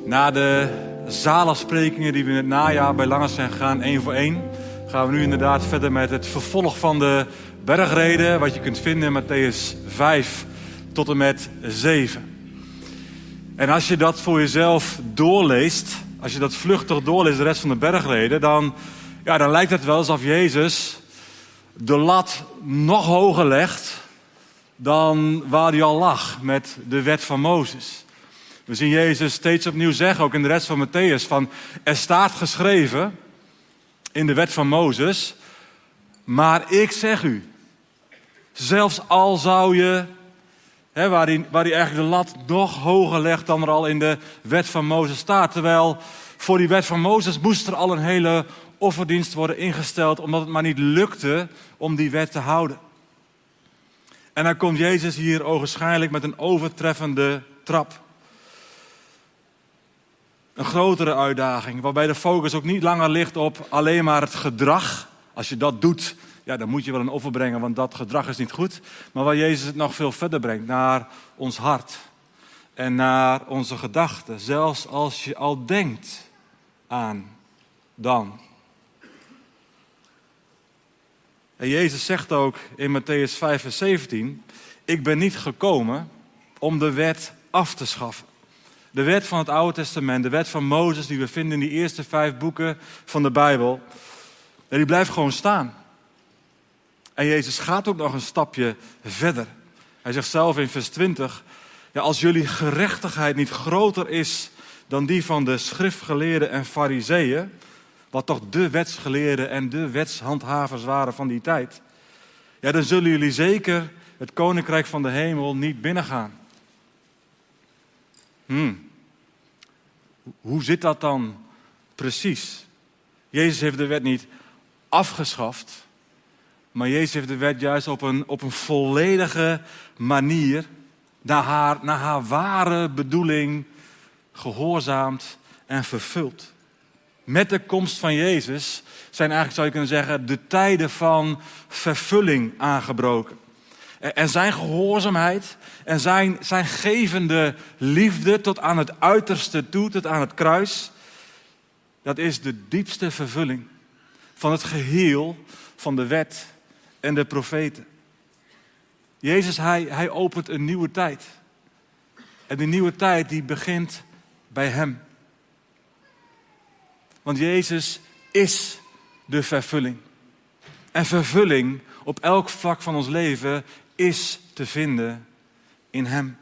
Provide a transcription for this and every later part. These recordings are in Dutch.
Na de zaligsprekingen die we in het najaar bij Langers zijn gegaan, 1 voor 1... gaan we nu inderdaad verder met het vervolg van de bergreden, wat je kunt vinden in Mattheüs 5 tot en met 7. En als je dat voor jezelf doorleest, als je dat vluchtig doorleest, de rest van de bergreden, dan lijkt het wel alsof Jezus de lat nog hoger legt dan waar hij al lag met de wet van Mozes. We zien Jezus steeds opnieuw zeggen, ook in de rest van Mattheüs, van er staat geschreven in de wet van Mozes, maar ik zeg u, zelfs al zou je, waar hij eigenlijk de lat nog hoger legt dan er al in de wet van Mozes staat. Terwijl voor die wet van Mozes moest er al een hele offerdienst worden ingesteld, omdat het maar niet lukte om die wet te houden. En dan komt Jezus hier ogenschijnlijk met een overtreffende trap. Een grotere uitdaging, waarbij de focus ook niet langer ligt op alleen maar het gedrag. Als je dat doet, dan moet je wel een offer brengen, want dat gedrag is niet goed. Maar waar Jezus het nog veel verder brengt, naar ons hart en naar onze gedachten. Zelfs als je al denkt aan dan. En Jezus zegt ook in Mattheüs 5 vers 17, ik ben niet gekomen om de wet af te schaffen. De wet van het Oude Testament, de wet van Mozes die we vinden in die eerste 5 boeken van de Bijbel, die blijft gewoon staan. En Jezus gaat ook nog een stapje verder. Hij zegt zelf in vers 20, als jullie gerechtigheid niet groter is dan die van de schriftgeleerden en farizeeën, wat toch de wetsgeleerden en de wetshandhavers waren van die tijd, dan zullen jullie zeker het koninkrijk van de hemel niet binnengaan. Hoe zit dat dan precies? Jezus heeft de wet niet afgeschaft, maar Jezus heeft de wet juist op een volledige manier naar haar ware bedoeling gehoorzaamd en vervuld. Met de komst van Jezus zijn eigenlijk, zou je kunnen zeggen, de tijden van vervulling aangebroken. En zijn gehoorzaamheid en zijn gevende liefde tot aan het uiterste toe, tot aan het kruis, dat is de diepste vervulling van het geheel van de wet en de profeten. Jezus, hij opent een nieuwe tijd. En die nieuwe tijd die begint bij hem. Want Jezus is de vervulling. En vervulling op elk vlak van ons leven is te vinden in hem.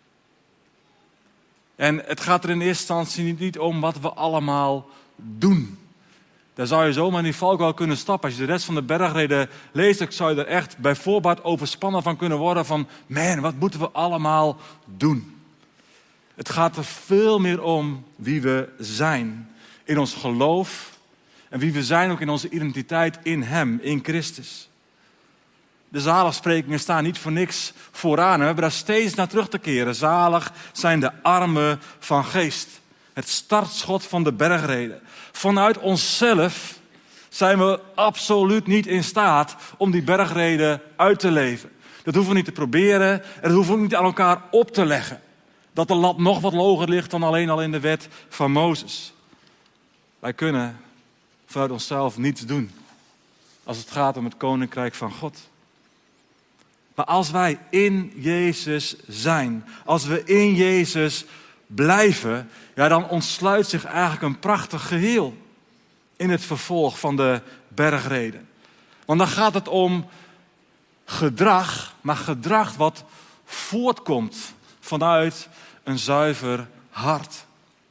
En het gaat er in eerste instantie niet om wat we allemaal doen. Daar zou je zomaar in die valkuil kunnen stappen. Als je de rest van de bergreden leest, dan zou je er echt bij voorbaat overspannen van kunnen worden van, wat moeten we allemaal doen? Het gaat er veel meer om wie we zijn in ons geloof en wie we zijn ook in onze identiteit in hem, in Christus. De zaligsprekingen staan niet voor niks vooraan. We hebben daar steeds naar terug te keren. Zalig zijn de armen van geest. Het startschot van de bergreden. Vanuit onszelf zijn we absoluut niet in staat om die bergreden uit te leven. Dat hoeven we niet te proberen en dat hoeven we niet aan elkaar op te leggen. Dat de lat nog wat hoger ligt dan alleen al in de wet van Mozes. Wij kunnen vanuit onszelf niets doen als het gaat om het koninkrijk van God. Maar als wij in Jezus zijn, als we in Jezus blijven, dan ontsluit zich eigenlijk een prachtig geheel in het vervolg van de bergreden. Want dan gaat het om gedrag, maar gedrag wat voortkomt vanuit een zuiver hart.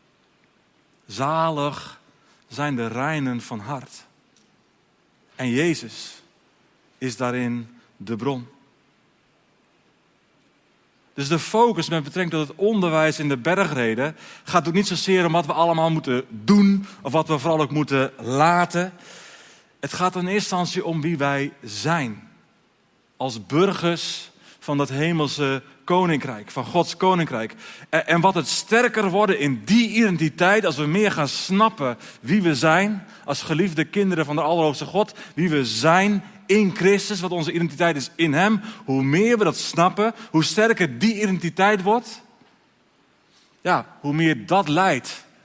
Zalig zijn de reinen van hart. En Jezus is daarin de bron. Dus de focus met betrekking tot het onderwijs in de bergreden gaat ook niet zozeer om wat we allemaal moeten doen of wat we vooral ook moeten laten. Het gaat in eerste instantie om wie wij zijn. Als burgers van dat hemelse koninkrijk, van Gods koninkrijk. En wat het sterker worden in die identiteit, als we meer gaan snappen wie we zijn, als geliefde kinderen van de Allerhoogste God, wie we zijn in Christus, wat onze identiteit is in hem, hoe meer we dat snappen, hoe sterker die identiteit wordt, hoe meer dat leidt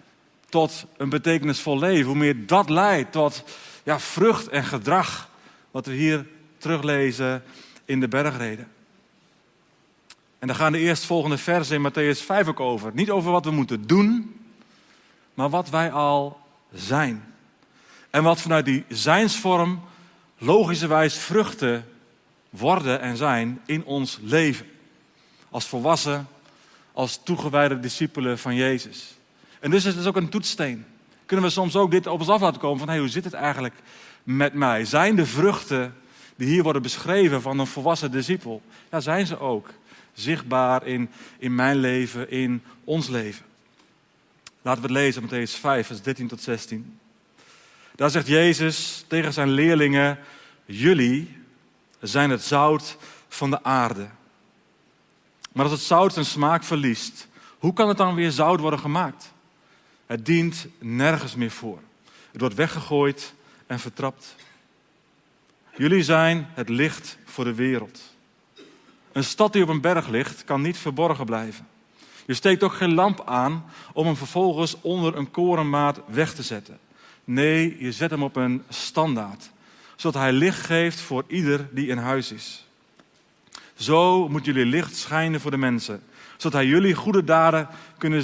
tot een betekenisvol leven. Hoe meer dat leidt tot vrucht en gedrag. Wat we hier teruglezen in de bergreden. En daar gaan de eerstvolgende versen in Mattheüs 5 ook over. Niet over wat we moeten doen, maar wat wij al zijn. En wat vanuit die zijnsvorm logischerwijs vruchten worden en zijn in ons leven. Als volwassen, als toegewijde discipelen van Jezus. En dus is het ook een toetssteen. Kunnen we soms ook dit op ons af laten komen van hoe zit het eigenlijk met mij? Zijn de vruchten die hier worden beschreven van een volwassen discipel, zijn ze ook zichtbaar in mijn leven, in ons leven? Laten we het lezen, Mattheüs 5, vers 13 tot 16. Daar zegt Jezus tegen zijn leerlingen: jullie zijn het zout van de aarde. Maar als het zout zijn smaak verliest, hoe kan het dan weer zout worden gemaakt? Het dient nergens meer voor. Het wordt weggegooid en vertrapt. Jullie zijn het licht voor de wereld. Een stad die op een berg ligt, kan niet verborgen blijven. Je steekt ook geen lamp aan om hem vervolgens onder een korenmaat weg te zetten. Nee, je zet hem op een standaard, zodat hij licht geeft voor ieder die in huis is. Zo moet jullie licht schijnen voor de mensen, zodat zij jullie goede daden kunnen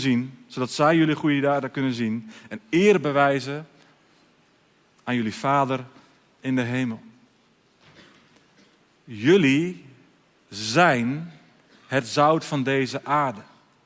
zien en eer bewijzen aan jullie Vader in de hemel. Jullie zijn het zout van deze aarde.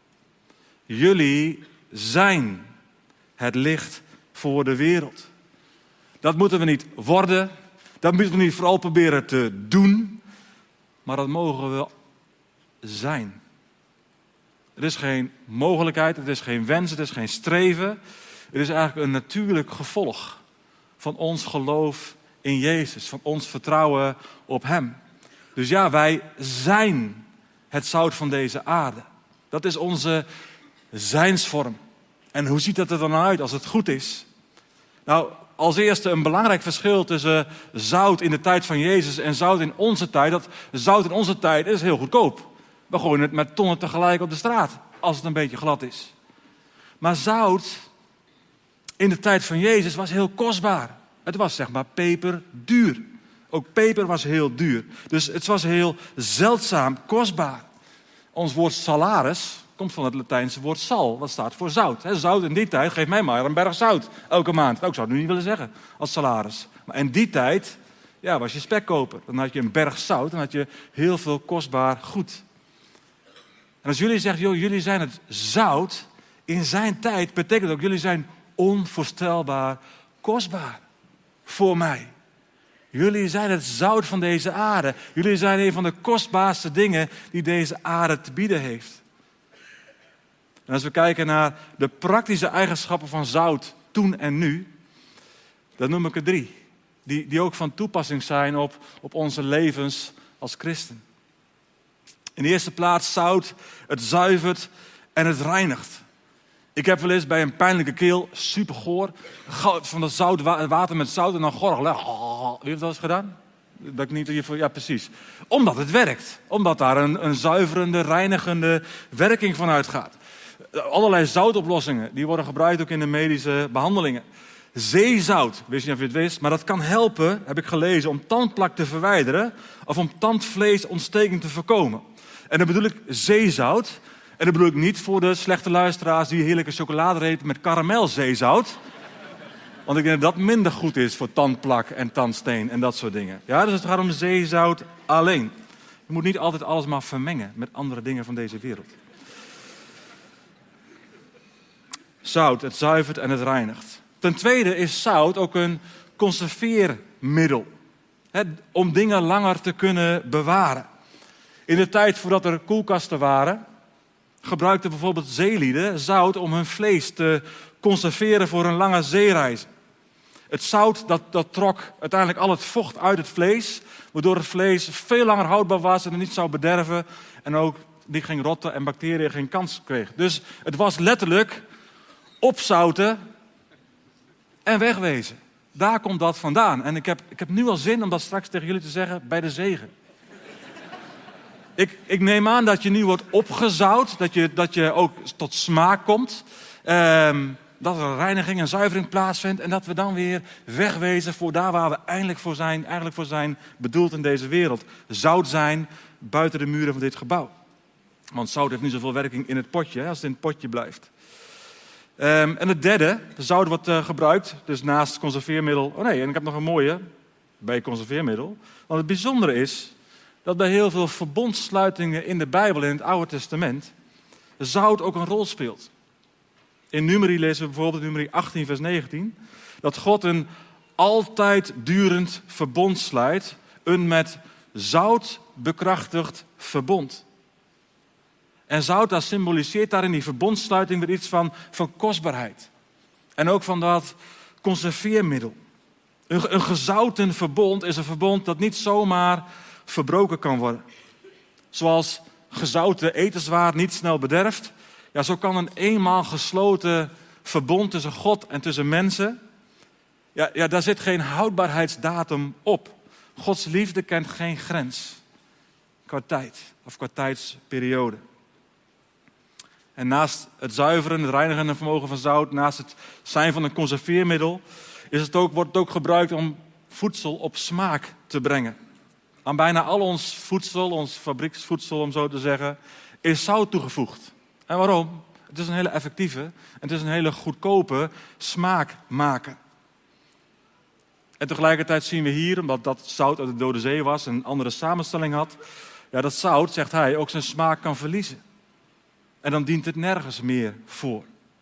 Jullie zijn het licht voor de wereld. Dat moeten we niet worden. Dat moeten we niet vooral proberen te doen. Maar dat mogen we zijn. Het is geen mogelijkheid, het is geen wens, het is geen streven. Het is eigenlijk een natuurlijk gevolg van ons geloof in Jezus. Van ons vertrouwen op Hem. Dus wij zijn het zout van deze aarde. Dat is onze zijnsvorm. En hoe ziet dat er dan uit als het goed is? Nou, als eerste een belangrijk verschil tussen zout in de tijd van Jezus en zout in onze tijd. Dat zout in onze tijd is heel goedkoop. We gooien het met tonnen tegelijk op de straat, als het een beetje glad is. Maar zout in de tijd van Jezus was heel kostbaar. Het was peperduur. Ook peper was heel duur. Dus het was heel zeldzaam, kostbaar. Ons woord salaris komt van het Latijnse woord sal. Dat staat voor zout. Zout in die tijd, geef mij maar een berg zout elke maand. Nou, ik zou het nu niet willen zeggen als salaris. Maar in die tijd was je spekkoper. Dan had je een berg zout. Dan had je heel veel kostbaar goed. En als jullie zeggen, jullie zijn het zout. In zijn tijd betekent ook, jullie zijn onvoorstelbaar kostbaar voor mij. Jullie zijn het zout van deze aarde. Jullie zijn een van de kostbaarste dingen die deze aarde te bieden heeft. En als we kijken naar de praktische eigenschappen van zout toen en nu, dan noem ik er 3. Die ook van toepassing zijn op onze levens als christen. In de eerste plaats zout, het zuivert en het reinigt. Ik heb wel eens bij een pijnlijke keel, super goor, van dat zout, water met zout en dan gorgelen. Wie heeft dat eens gedaan? Dat ik niet hiervoor, ja, precies. Omdat het werkt. Omdat daar een zuiverende, reinigende werking van uitgaat. Allerlei zoutoplossingen, die worden gebruikt ook in de medische behandelingen. Zeezout, wist niet of je het wist, maar dat kan helpen, heb ik gelezen, om tandplak te verwijderen of om tandvleesontsteking te voorkomen. En dan bedoel ik zeezout. En dat bedoel ik niet voor de slechte luisteraars die heerlijke chocoladerepen met karamelzeezout. Want ik denk dat dat minder goed is voor tandplak en tandsteen en dat soort dingen. Ja, dus het gaat om zeezout alleen. Je moet niet altijd alles maar vermengen met andere dingen van deze wereld. Zout, het zuivert en het reinigt. Ten tweede is zout ook een conserveermiddel. Om dingen langer te kunnen bewaren. In de tijd voordat er koelkasten waren, gebruikten bijvoorbeeld zeelieden zout om hun vlees te conserveren voor een lange zeereis. Het zout dat trok uiteindelijk al het vocht uit het vlees, waardoor het vlees veel langer houdbaar was en het niet zou bederven en ook niet ging rotten en bacteriën geen kans kregen. Dus het was letterlijk opzouten en wegwezen. Daar komt dat vandaan. En ik heb nu al zin om dat straks tegen jullie te zeggen bij de zegen. Ik neem aan dat je nu wordt opgezout, dat je ook tot smaak komt. dat er reiniging en zuivering plaatsvindt en dat we dan weer wegwezen voor daar waar we eigenlijk voor zijn bedoeld in deze wereld. Zout zijn buiten de muren van dit gebouw. Want zout heeft niet zoveel werking in het potje als het in het potje blijft. En het derde, de zout wordt gebruikt, dus naast conserveermiddel. Oh nee, en ik heb nog een mooie bij conserveermiddel. Want het bijzondere is dat bij heel veel verbondssluitingen in de Bijbel, in het Oude Testament, zout ook een rol speelt. In Numeri lezen we bijvoorbeeld in Numeri 18 vers 19, dat God een altijd durend verbond sluit, een met zout bekrachtigd verbond. En zout, dat symboliseert daar in die verbondssluiting weer iets van kostbaarheid. En ook van dat conserveermiddel. Een gezouten verbond is een verbond dat niet zomaar verbroken kan worden. Zoals gezouten etenswaar niet snel bederft. Ja, zo kan een eenmaal gesloten verbond tussen God en tussen mensen. Ja, daar zit geen houdbaarheidsdatum op. Gods liefde kent geen grens. Qua tijd of qua tijdsperiode. En naast het zuiveren, het reinigende vermogen van zout, naast het zijn van een conserveermiddel, wordt het ook gebruikt om voedsel op smaak te brengen. Aan bijna al ons voedsel, ons fabrieksvoedsel om zo te zeggen, is zout toegevoegd. En waarom? Het is een hele effectieve en het is een hele goedkope smaakmaker. En tegelijkertijd zien we hier, omdat dat zout uit de Dode Zee was en een andere samenstelling had, ja, dat zout, zegt hij, ook zijn smaak kan verliezen. En dan dient het nergens meer voor.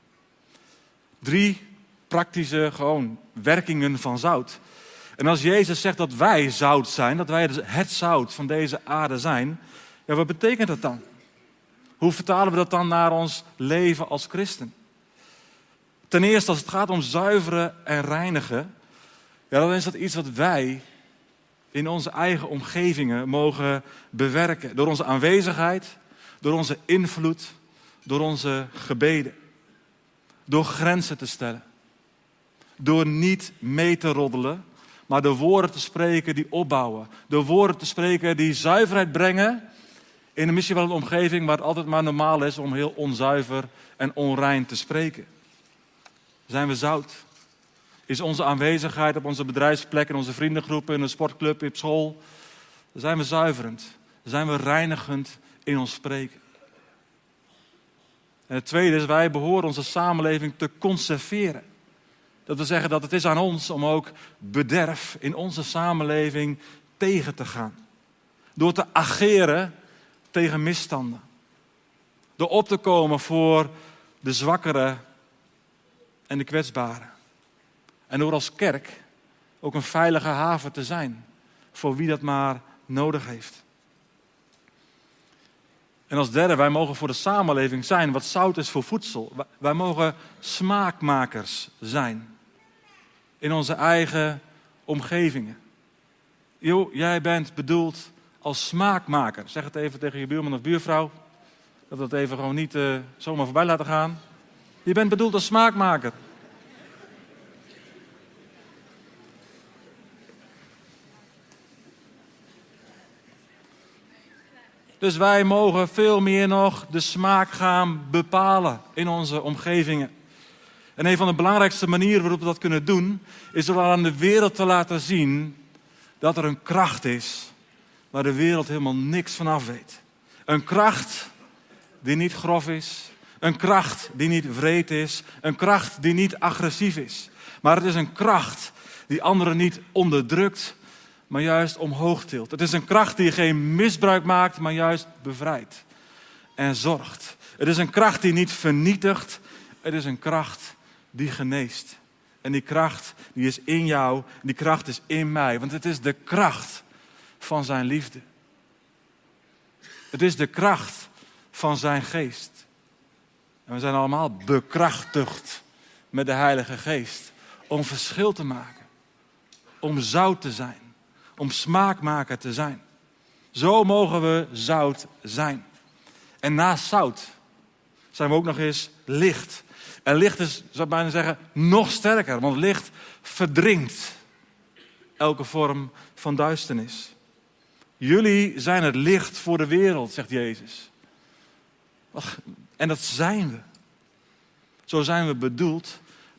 3 praktische werkingen van zout. En als Jezus zegt dat wij zout zijn, dat wij het zout van deze aarde zijn, ja, wat betekent dat dan? Hoe vertalen we dat dan naar ons leven als christen? Ten eerste, als het gaat om zuiveren en reinigen, ja, dan is dat iets wat wij in onze eigen omgevingen mogen bewerken. Door onze aanwezigheid, door onze invloed, door onze gebeden. Door grenzen te stellen. Door niet mee te roddelen, maar door woorden te spreken die opbouwen. Door woorden te spreken die zuiverheid brengen in misschien wel een omgeving waar het altijd maar normaal is om heel onzuiver en onrein te spreken. Zijn we zout? Is onze aanwezigheid op onze bedrijfsplek, in onze vriendengroepen, in een sportclub, op school, zijn we zuiverend? Zijn we reinigend in ons spreken? En het tweede is, wij behoren onze samenleving te conserveren. Dat wil zeggen dat het is aan ons om ook bederf in onze samenleving tegen te gaan. Door te ageren tegen misstanden. Door op te komen voor de zwakkeren en de kwetsbaren. En door als kerk ook een veilige haven te zijn voor wie dat maar nodig heeft. En als derde, wij mogen voor de samenleving zijn wat zout is voor voedsel. Wij mogen smaakmakers zijn in onze eigen omgevingen. Jij bent bedoeld als smaakmaker. Zeg het even tegen je buurman of buurvrouw. Dat we dat even gewoon niet zomaar voorbij laten gaan. Je bent bedoeld als smaakmaker. Dus wij mogen veel meer nog de smaak gaan bepalen in onze omgevingen. En een van de belangrijkste manieren waarop we dat kunnen doen, is door aan de wereld te laten zien dat er een kracht is waar de wereld helemaal niks van af weet. Een kracht die niet grof is, een kracht die niet wreed is, een kracht die niet agressief is. Maar het is een kracht die anderen niet onderdrukt, maar juist omhoog tilt. Het is een kracht die geen misbruik maakt, maar juist bevrijdt en zorgt. Het is een kracht die niet vernietigt, het is een kracht die geneest. En die kracht die is in jou, die kracht is in mij. Want het is de kracht van zijn liefde. Het is de kracht van zijn geest. En we zijn allemaal bekrachtigd met de Heilige Geest. Om verschil te maken. Om zout te zijn. Om smaakmaker te zijn. Zo mogen we zout zijn. En naast zout zijn we ook nog eens licht. En licht is, zou ik bijna zeggen, nog sterker. Want licht verdringt elke vorm van duisternis. Jullie zijn het licht voor de wereld, zegt Jezus. En dat zijn we. Zo zijn we bedoeld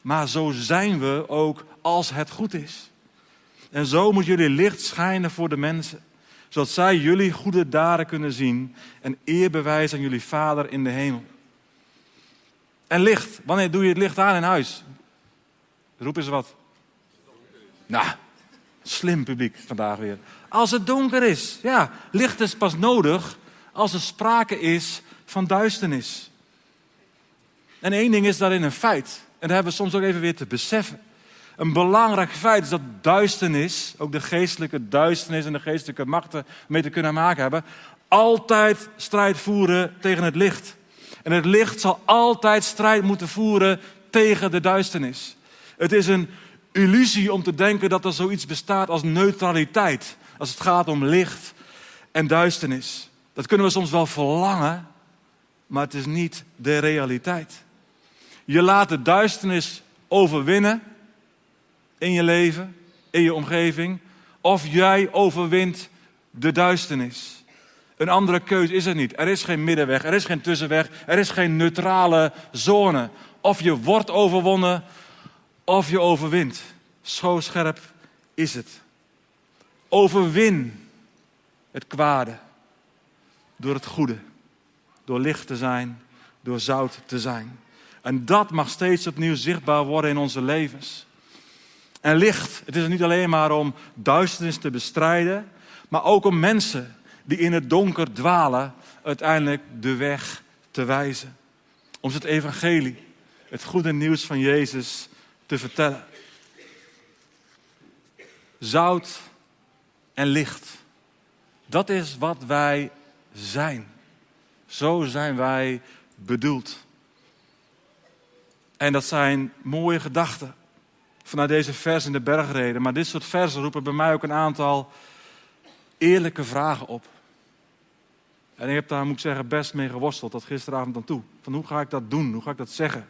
maar zo zijn we ook als het goed is. En zo moet jullie licht schijnen voor de mensen, zodat zij jullie goede daden kunnen zien en eer bewijzen aan jullie Vader in de hemel. En licht, wanneer doe je het licht aan in huis? Roep eens wat. Nou, slim publiek vandaag weer. Als het donker is. Ja, licht is pas nodig als er sprake is van duisternis. En één ding is daarin een feit. En dat hebben we soms ook even weer te beseffen. Een belangrijk feit is dat duisternis, ook de geestelijke duisternis en de geestelijke machten mee te kunnen maken hebben, altijd strijd voeren tegen het licht. En het licht zal altijd strijd moeten voeren tegen de duisternis. Het is een illusie om te denken dat er zoiets bestaat als neutraliteit, als het gaat om licht en duisternis. Dat kunnen we soms wel verlangen, maar het is niet de realiteit. Je laat de duisternis overwinnen in je leven, in je omgeving, of jij overwint de duisternis. Een andere keuze is er niet. Er is geen middenweg, er is geen tussenweg, er is geen neutrale zone. Of je wordt overwonnen, of je overwint. Zo scherp is het. Overwin het kwade door het goede. Door licht te zijn, door zout te zijn. En dat mag steeds opnieuw zichtbaar worden in onze levens. En licht, het is er niet alleen maar om duisternis te bestrijden, maar ook om mensen die in het donker dwalen, uiteindelijk de weg te wijzen. Om ze het evangelie, het goede nieuws van Jezus te vertellen. Zout en licht, dat is wat wij zijn. Zo zijn wij bedoeld. En dat zijn mooie gedachten vanuit deze vers in de bergreden. Maar dit soort versen roepen bij mij ook een aantal eerlijke vragen op. En ik heb daar, moet ik zeggen, best mee geworsteld tot gisteravond aan toe. Van hoe ga ik dat doen? Hoe ga ik dat zeggen?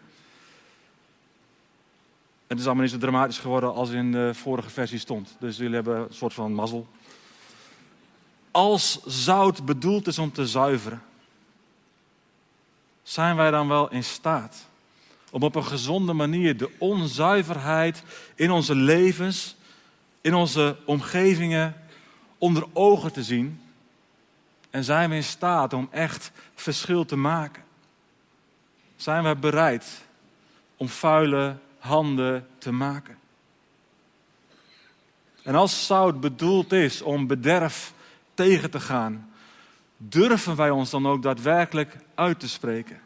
Het is allemaal niet zo dramatisch geworden als in de vorige versie stond. Dus jullie hebben een soort van mazzel. Als zout bedoeld is om te zuiveren, zijn wij dan wel in staat om op een gezonde manier de onzuiverheid in onze levens, in onze omgevingen onder ogen te zien? En zijn we in staat om echt verschil te maken? Zijn we bereid om vuile handen te maken? En als zout bedoeld is om bederf tegen te gaan, durven wij ons dan ook daadwerkelijk uit te spreken?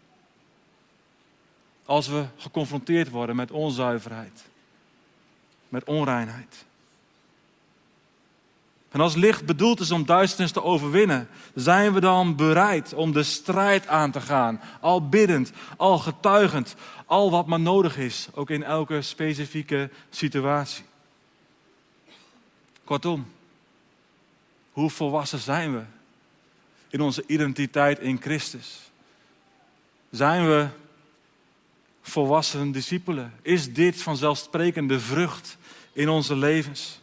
Als we geconfronteerd worden met onzuiverheid, met onreinheid. En als licht bedoeld is om duisternis te overwinnen, zijn we dan bereid om de strijd aan te gaan. Al biddend, al getuigend, al wat maar nodig is, ook in elke specifieke situatie. Kortom, hoe volwassen zijn we in onze identiteit in Christus? Zijn we volwassen discipelen? Is dit vanzelfsprekende vrucht in onze levens?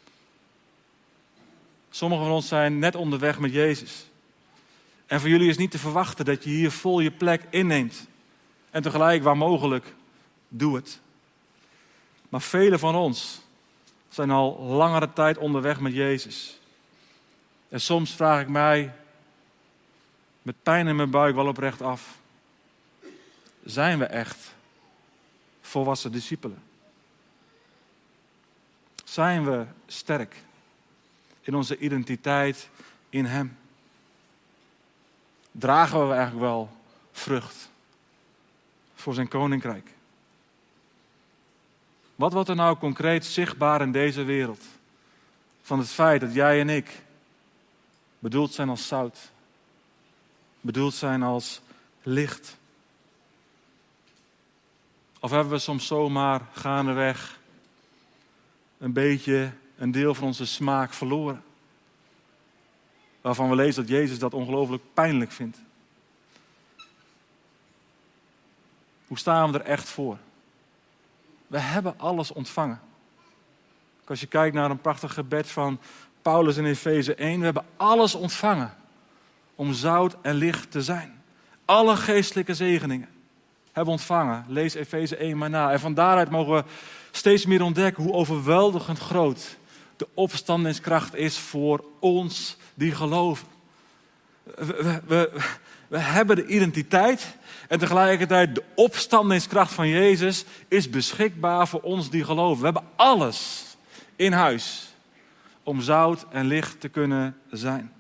Sommigen van ons zijn net onderweg met Jezus. En voor jullie is niet te verwachten dat je hier vol je plek inneemt. En tegelijk, waar mogelijk, doe het. Maar velen van ons zijn al langere tijd onderweg met Jezus. En soms vraag ik mij met pijn in mijn buik wel oprecht af: zijn we echt volwassen discipelen? Zijn we sterk in onze identiteit in Hem? Dragen we eigenlijk wel vrucht voor zijn koninkrijk? Wat wordt er nou concreet zichtbaar in deze wereld van het feit dat jij en ik bedoeld zijn als zout, bedoeld zijn als licht? Of hebben we soms zomaar gaandeweg een beetje een deel van onze smaak verloren? Waarvan we lezen dat Jezus dat ongelooflijk pijnlijk vindt. Hoe staan we er echt voor? We hebben alles ontvangen. Als je kijkt naar een prachtig gebed van Paulus in Efeze 1. We hebben alles ontvangen om zout en licht te zijn. Alle geestelijke zegeningen. hebben ontvangen. Lees Efeze 1 maar na. En van daaruit mogen we steeds meer ontdekken hoe overweldigend groot de opstandingskracht is voor ons die geloven. We hebben de identiteit en tegelijkertijd de opstandingskracht van Jezus is beschikbaar voor ons die geloven. We hebben alles in huis om zout en licht te kunnen zijn.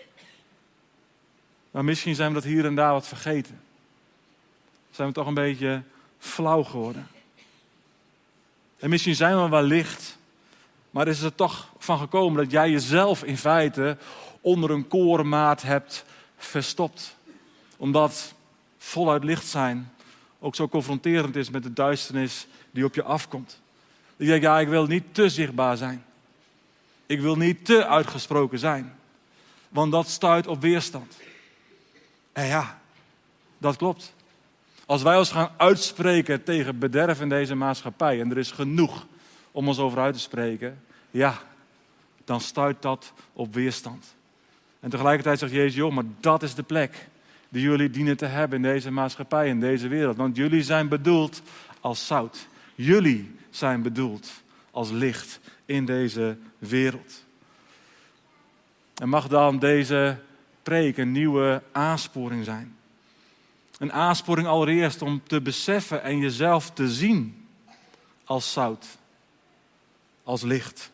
Maar misschien zijn we dat hier en daar wat vergeten. Zijn we toch een beetje flauw geworden. En misschien zijn we wel licht, maar is het er toch van gekomen dat jij jezelf in feite onder een korenmaat hebt verstopt. Omdat voluit licht zijn ook zo confronterend is met de duisternis die op je afkomt. Je denkt, ja, ik wil niet te zichtbaar zijn. Ik wil niet te uitgesproken zijn. Want dat stuit op weerstand. En ja, dat klopt. Als wij ons gaan uitspreken tegen bederf in deze maatschappij, en er is genoeg om ons over uit te spreken, ja, dan stuit dat op weerstand. En tegelijkertijd zegt Jezus, joh, maar dat is de plek die jullie dienen te hebben in deze maatschappij, in deze wereld. Want jullie zijn bedoeld als zout. Jullie zijn bedoeld als licht in deze wereld. En mag dan deze preek een nieuwe aansporing zijn. Een aansporing allereerst om te beseffen en jezelf te zien als zout, als licht.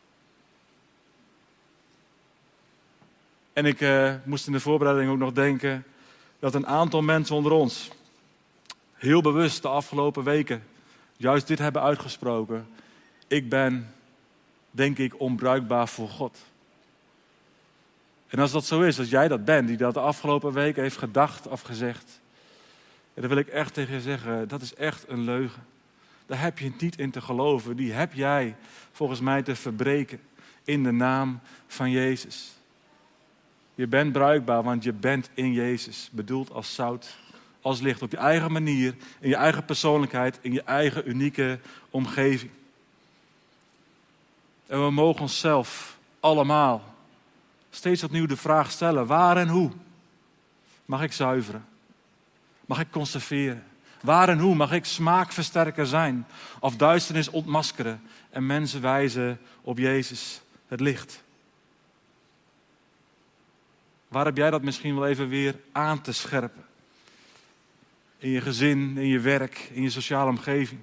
En ik moest in de voorbereiding ook nog denken dat een aantal mensen onder ons heel bewust de afgelopen weken juist dit hebben uitgesproken. Ik ben, denk ik, onbruikbaar voor God. En als dat zo is, als jij dat bent, die dat de afgelopen weken heeft gedacht of gezegd, dan wil ik echt tegen je zeggen, dat is echt een leugen. Daar heb je niet in te geloven. Die heb jij volgens mij te verbreken in de naam van Jezus. Je bent bruikbaar, want je bent in Jezus. Bedoeld als zout, als licht. Op je eigen manier, in je eigen persoonlijkheid, in je eigen unieke omgeving. En we mogen onszelf allemaal steeds opnieuw de vraag stellen. Waar en hoe mag ik zuiveren? Mag ik conserveren? Waar en hoe mag ik smaakversterker zijn? Of duisternis ontmaskeren en mensen wijzen op Jezus, het licht? Waar heb jij dat misschien wel even weer aan te scherpen? In je gezin, in je werk, in je sociale omgeving.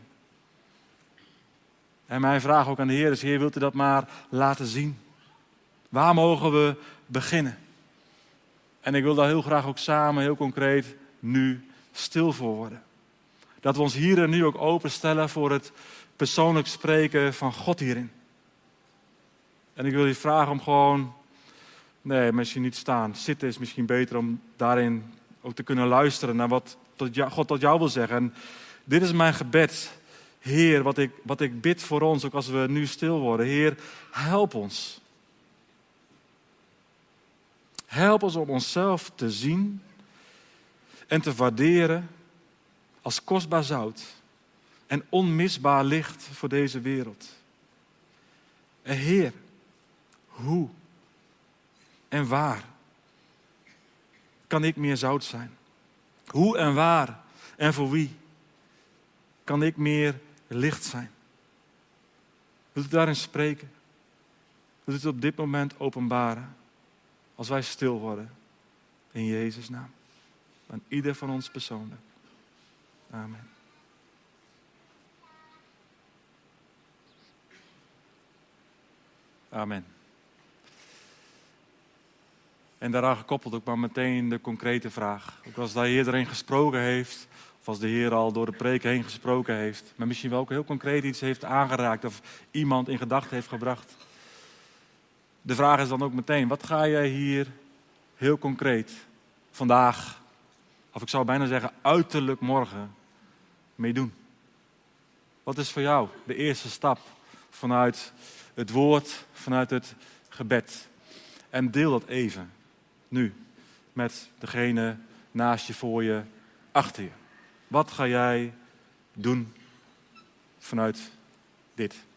En mijn vraag ook aan de Heer is, Heer, wilt u dat maar laten zien? Waar mogen we beginnen? En ik wil daar heel graag ook samen, heel concreet, nu stil voor worden. Dat we ons hier en nu ook openstellen voor het persoonlijk spreken van God hierin. En ik wil je vragen om gewoon, nee, misschien niet staan. Zitten is misschien beter om daarin ook te kunnen luisteren naar wat God tot jou wil zeggen. En dit is mijn gebed. Heer, wat ik bid voor ons, ook als we nu stil worden. Heer, help ons. Help ons om onszelf te zien en te waarderen als kostbaar zout en onmisbaar licht voor deze wereld. En Heer, hoe en waar kan ik meer zout zijn? Hoe en waar en voor wie kan ik meer licht zijn? Wilt u daarin spreken? Wilt u het op dit moment openbaren? Als wij stil worden. In Jezus' naam. Aan ieder van ons persoonlijk. Amen. Amen. En daaraan gekoppeld ook maar meteen de concrete vraag. Ook als de Heer erin gesproken heeft, of als de Heer al door de preek heen gesproken heeft, maar misschien wel ook heel concreet iets heeft aangeraakt of iemand in gedachten heeft gebracht. De vraag is dan ook meteen, wat ga jij hier heel concreet vandaag, of ik zou bijna zeggen uiterlijk morgen, mee doen? Wat is voor jou de eerste stap vanuit het woord, vanuit het gebed? En deel dat even, nu, met degene naast je, voor je, achter je. Wat ga jij doen vanuit dit?